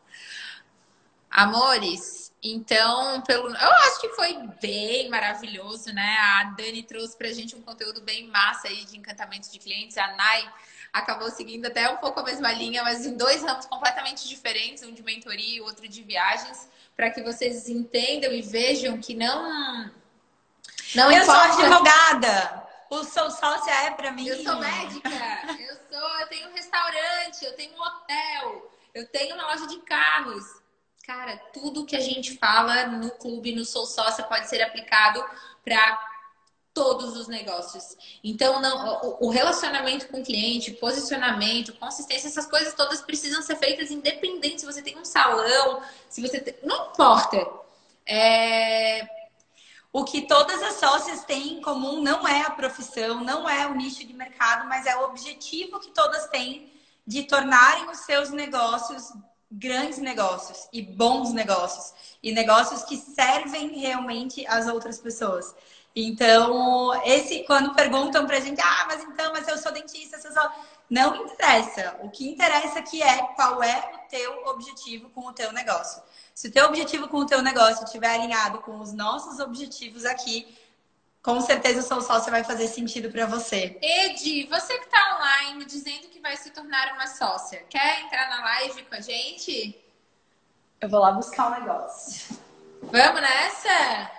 Amores, então, pelo... eu acho que foi bem maravilhoso, né? A Dani trouxe pra gente um conteúdo bem massa aí de encantamento de clientes. A Nai acabou seguindo até um pouco a mesma linha, mas em dois ramos completamente diferentes, um de mentoria e o outro de viagens, para que vocês entendam e vejam que não... não eu importa... sou advogada! O seu sócio é pra mim. Eu sou médica, eu sou, eu tenho um restaurante, eu tenho um hotel, eu tenho uma loja de carros. Cara, tudo que a gente fala no clube, no Sou Sócia, pode ser aplicado para todos os negócios. Então, não, o relacionamento com o cliente, posicionamento, consistência, essas coisas todas precisam ser feitas independente se você tem um salão, se você tem... Não importa. É... O que todas as sócias têm em comum não é a profissão, não é o nicho de mercado, mas é o objetivo que todas têm de tornarem os seus negócios grandes negócios e bons negócios. E negócios que servem realmente às outras pessoas. Então, esse quando perguntam pra gente, ah, mas então, mas eu sou dentista, eu sou... não interessa. O que interessa aqui é qual é o teu objetivo com o teu negócio. Se o teu objetivo com o teu negócio estiver alinhado com os nossos objetivos aqui, com certeza o Sou Sócia vai fazer sentido para você. Edi, você que está online dizendo que vai se tornar uma sócia, quer entrar na live com a gente? Eu vou lá buscar um negócio. Vamos nessa?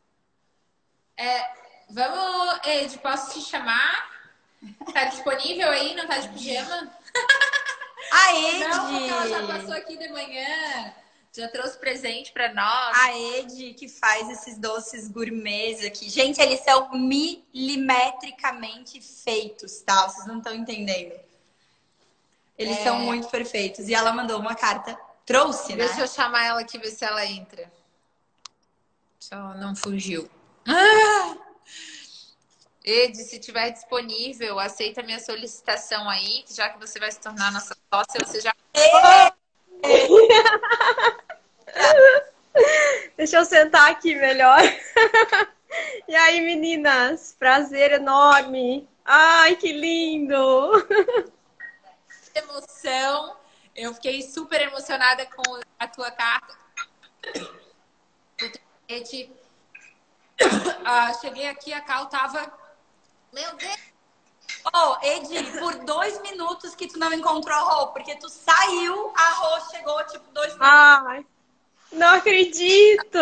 É, vamos, Edi, posso te chamar? Tá disponível aí? Não tá de pijama? A Edi! Não, porque ela já passou aqui de manhã. Já trouxe presente pra nós. A Edi que faz esses doces gourmets aqui. Gente, eles são milimetricamente feitos, tá? Vocês não estão entendendo. Eles é... são muito perfeitos. E ela mandou uma carta. Trouxe, né? Deixa eu chamar ela aqui, ver se ela entra. Se ela não fugiu. Ah! Edi, se tiver disponível, aceita minha solicitação aí. Já que você vai se tornar nossa sócia, você já... Deixa eu sentar aqui melhor. E aí, meninas? Prazer enorme. Ai, que lindo! Emoção. Eu fiquei super emocionada com a tua carta. Ah, cheguei aqui, a Cal tava... Meu Deus! Ô, Edi, por dois minutos que tu não encontrou a Rô, porque tu saiu, a Rô chegou, tipo, dois minutos. Ai, não acredito!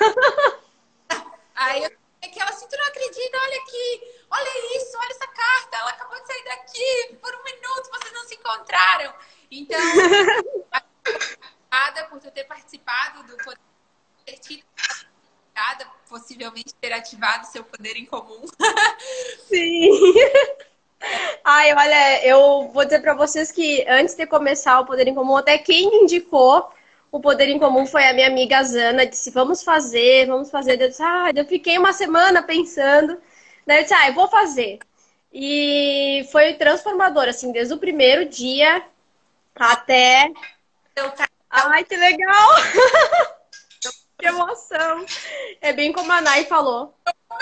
Aí eu fiquei aquela assim, tu não acredita, olha aqui, olha isso, olha essa carta, ela acabou de sair daqui, por um minuto vocês não se encontraram. Então, obrigada por tu ter participado do Poder ter tido, possivelmente ter ativado seu poder em comum. Sim! Ai, olha, eu vou dizer pra vocês que antes de começar o Poder em Comum, até quem me indicou o Poder em Comum foi a minha amiga Zana, disse, vamos fazer, vamos fazer. Eu disse, ah, eu fiquei uma semana pensando, daí eu disse, ah, eu vou fazer. E foi transformador, assim, desde o primeiro dia até... Ai, que legal! Que emoção! É bem como a Nai falou.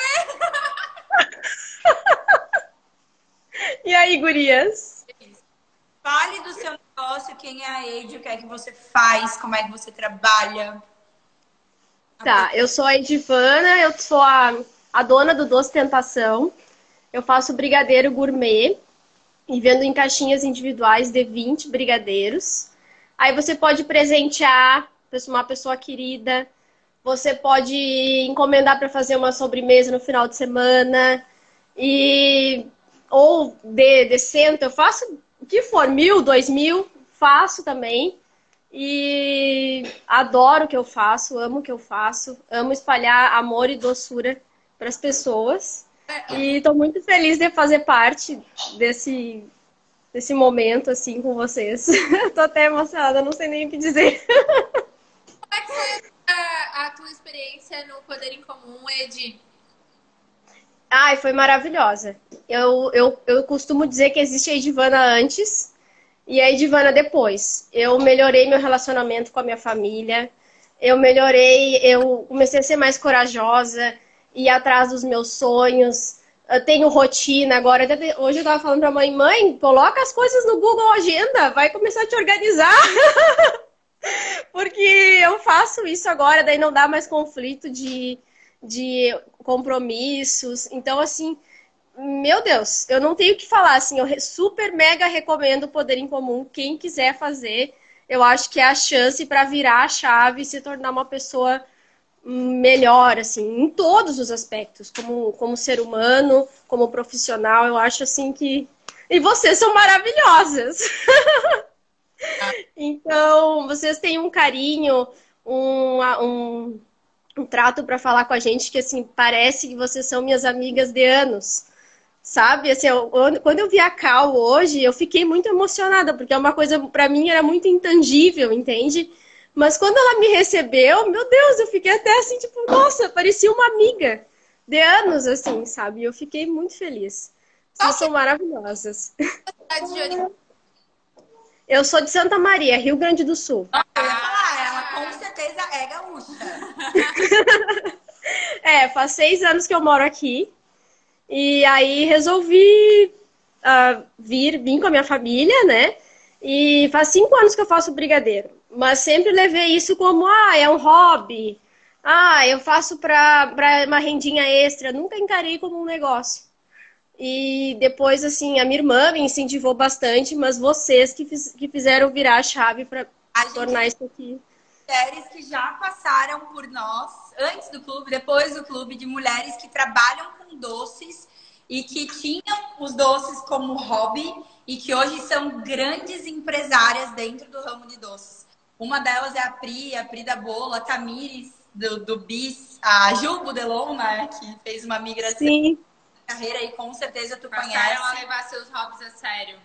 E aí, gurias? Fale do seu negócio, quem é a Edi, o que é que você faz, como é que você trabalha. Tá, eu sou a Edivana, eu sou a, a dona do Doce Tentação. Eu faço brigadeiro gourmet e vendo em caixinhas individuais de vinte brigadeiros. Aí você pode presentear uma pessoa querida, você pode encomendar para fazer uma sobremesa no final de semana e ou de, de cento, eu faço o que for, mil, dois mil, faço também. E adoro o que eu faço, amo o que eu faço, amo espalhar amor e doçura para as pessoas. E estou muito feliz de fazer parte desse, desse momento assim com vocês. Tô até emocionada, não sei nem o que dizer. Como é que foi a, a tua experiência no Poder em Comum, Edi? Ai, foi maravilhosa. Eu, eu, eu costumo dizer que existe a Edivana antes e a Edivana depois. Eu melhorei meu relacionamento com a minha família, eu melhorei, eu comecei a ser mais corajosa, ir atrás dos meus sonhos, eu tenho rotina agora. Hoje eu tava falando pra mãe, mãe, coloca as coisas no Google Agenda, vai começar a te organizar. Porque eu faço isso agora, daí não dá mais conflito de, de compromissos. Então, assim, meu Deus, eu não tenho o que falar, assim, eu super mega recomendo o Poder em Comum, quem quiser fazer, eu acho que é a chance para virar a chave e se tornar uma pessoa melhor, assim, em todos os aspectos, como, como ser humano, como profissional, eu acho, assim, que... E vocês são maravilhosas! Então, vocês têm um carinho, um, um, um trato para falar com a gente que, assim, parece que vocês são minhas amigas de anos. Sabe, assim, eu, quando eu vi a Cal hoje, eu fiquei muito emocionada, porque é uma coisa, pra mim, era muito intangível, entende? Mas quando ela me recebeu, meu Deus, eu fiquei até assim, tipo, nossa, parecia uma amiga de anos, assim, sabe? Eu fiquei muito feliz. Vocês são maravilhosas. Eu sou de Santa Maria, Rio Grande do Sul. Eu ia falar, ela com certeza é gaúcha. É, faz seis anos que eu moro aqui. E aí resolvi uh, vir, vir com a minha família, né? E faz cinco anos que eu faço brigadeiro. Mas sempre levei isso como, ah, é um hobby. Ah, eu faço para uma rendinha extra. Nunca encarei como um negócio. E depois, assim, a minha irmã me incentivou bastante, mas vocês que, fiz, que fizeram virar a chave para tornar isso aqui. Mulheres que já passaram por nós, antes do clube, depois do clube, de mulheres que trabalham com doces e que tinham os doces como hobby e que hoje são grandes empresárias dentro do ramo de doces. Uma delas é a Pri, a Pri da Bola, a Tamires do, do Bis, a Ju Budelon, né, que fez uma migração Sim. de carreira e com certeza tu Passaram conhece. a levar seus hobbies a sério.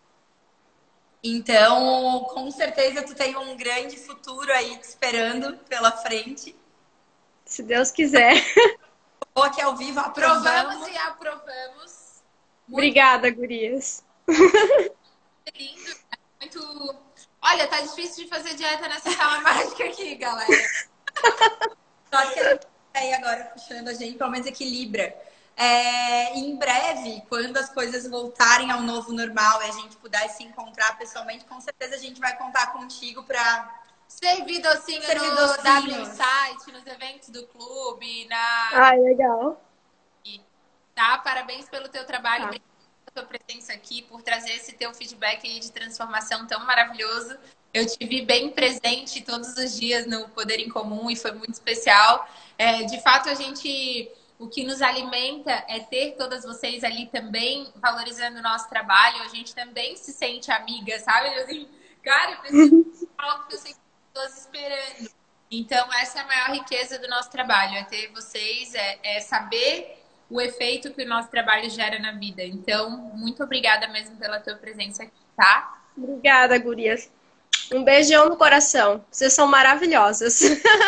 Então, com certeza tu tem um grande futuro aí te esperando pela frente. Se Deus quiser. Ou aqui ao vivo, aprovamos. Provamos e aprovamos. Muito Obrigada, gurias. lindo. Muito... Olha, tá difícil de fazer dieta nessa sala mágica aqui, galera. Só que a gente tá aí agora puxando a gente, pelo menos equilibra. É, em breve, quando as coisas voltarem ao novo normal e a gente puder se encontrar pessoalmente, com certeza a gente vai contar contigo para servir docinho servir no docinhos. W Insight, nos eventos do clube, na... Ai, legal. Tá? Parabéns pelo teu trabalho, Tá. obrigada pela tua presença aqui, por trazer esse teu feedback aí de transformação tão maravilhoso. Eu te vi bem presente todos os dias no Poder em Comum e foi muito especial. É, de fato, a gente, o que nos alimenta é ter todas vocês ali também valorizando o nosso trabalho. A gente também se sente amiga, sabe? Assim, cara, eu preciso falar porque eu sei que tem pessoas esperando. Então, essa é a maior riqueza do nosso trabalho, é ter vocês, é, é saber o efeito que o nosso trabalho gera na vida. Então, muito obrigada mesmo pela tua presença aqui, tá? Obrigada, gurias. Um beijão no coração. Vocês são maravilhosas.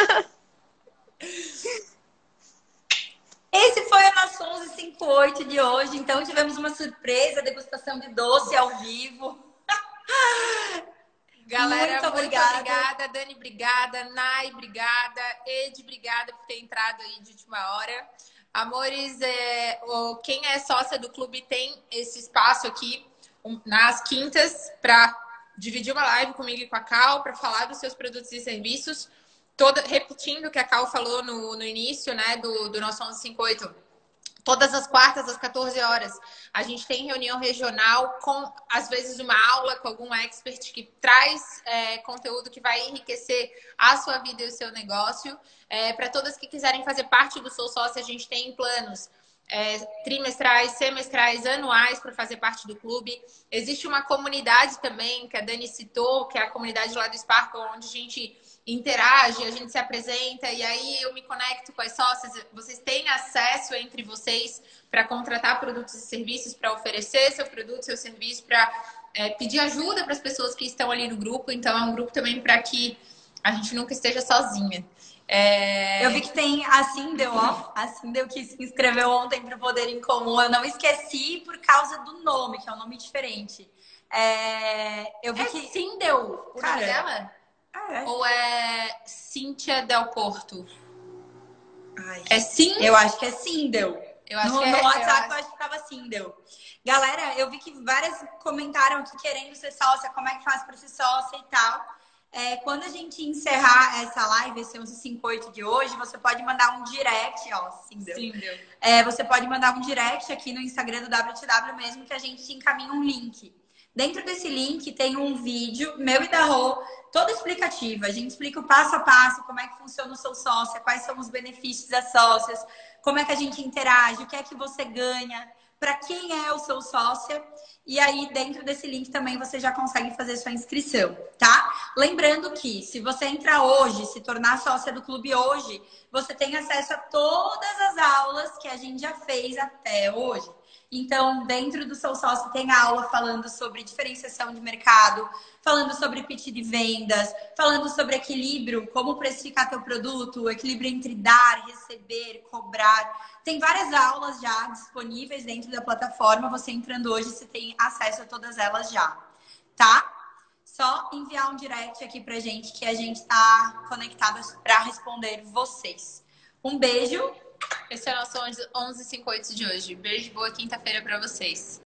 Esse foi o nosso onze cinquenta e oito de hoje. Então, tivemos uma surpresa, degustação de doce ao vivo. Galera, muito muito obrigada. obrigada. Dani, obrigada. Nai, obrigada. Ed, obrigada por ter entrado aí de última hora. Amores, é, o, quem é sócia do clube tem esse espaço aqui um, nas quintas para dividir uma live comigo e com a Cal, para falar dos seus produtos e serviços. Toda, repetindo o que a Cal falou no, no início, né, do, do nosso onze cinquenta e oito. Todas as quartas, às quatorze horas, a gente tem reunião regional com, às vezes, uma aula com algum expert que traz é, conteúdo que vai enriquecer a sua vida e o seu negócio. É, para todas que quiserem fazer parte do Sou Sócia, a gente tem planos é, trimestrais, semestrais, anuais para fazer parte do clube. Existe uma comunidade também, que a Dani citou, que é a comunidade lá do Sparkle, onde a gente interage, a gente se apresenta e aí eu me conecto com as sócias. Vocês têm acesso entre vocês para contratar produtos e serviços, para oferecer seu produto, seu serviço, para é, pedir ajuda para as pessoas que estão ali no grupo. Então é um grupo também para que a gente nunca esteja sozinha. É... Eu vi que tem a Sindel, ó. A Sindel que se inscreveu ontem para o Poder em Comum. Eu não esqueci por causa do nome, que é um nome diferente. É... Eu vi é que Sindel, o Cara, nome dela? Ah, é. Ou é Cíntia Del Porto? Ai, é Sim? Eu acho que é Sindel. Eu acho no, que é, no WhatsApp eu acho... eu acho que tava Sindel. Galera, eu vi que várias comentaram aqui querendo ser sócia, como é que faz para ser sócia e tal. É, quando a gente encerrar essa live, esse onze cinquenta e oito de hoje, você pode mandar um direct, ó, Sindel. Sindel. É, você pode mandar um direct aqui no Instagram do W T W mesmo, que a gente te encaminha um link. Dentro desse link tem um vídeo, meu e da Rô, todo explicativo. A gente explica o passo a passo, como é que funciona o seu sócio, quais são os benefícios das sócias, como é que a gente interage, o que é que você ganha, para quem é o seu sócio. E aí, dentro desse link também você já consegue fazer sua inscrição, tá? Lembrando que se você entrar hoje, se tornar sócia do clube hoje, você tem acesso a todas as aulas que a gente já fez até hoje. Então, dentro do Sou Sócio tem aula falando sobre diferenciação de mercado, falando sobre pitch de vendas, falando sobre equilíbrio, como precificar teu produto, equilíbrio entre dar, receber, cobrar. Tem várias aulas já disponíveis dentro da plataforma. Você entrando hoje, você tem acesso a todas elas já, tá? Só enviar um direct aqui pra gente que a gente tá conectado para responder vocês. Um beijo. Esse é o nosso onze cinquenta e oito de hoje. Beijo, boa quinta-feira para vocês.